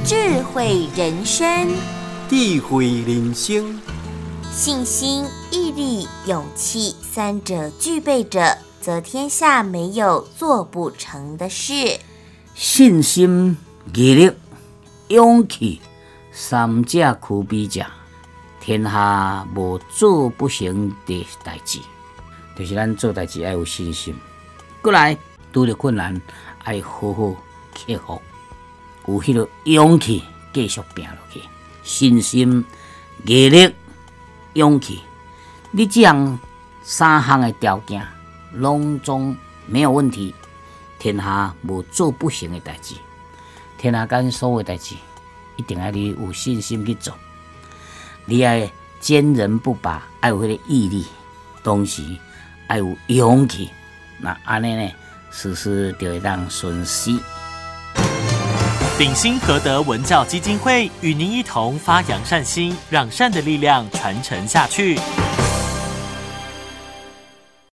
智慧人生， 智慧人生。 信心、毅力、勇气三者具备着，则天下没有做不成的事。 信心、毅力、勇气三者具备者，天下无做不成的代志。就是咱做代志要有信心，过来拄着困难要好好克服，有迄个勇气继续拼落去。信心、毅力、勇气，你这样三项的条件，拢总没有问题。天下无做不成的代志，天下间所有代志，一定要你有信心去做。你要坚韧不拔，要有迄个毅力，同时要有勇气。那安尼呢，事事就会当顺遂。 鼎新和德文教基金会与您一同发扬善心，让善的力量传承下去。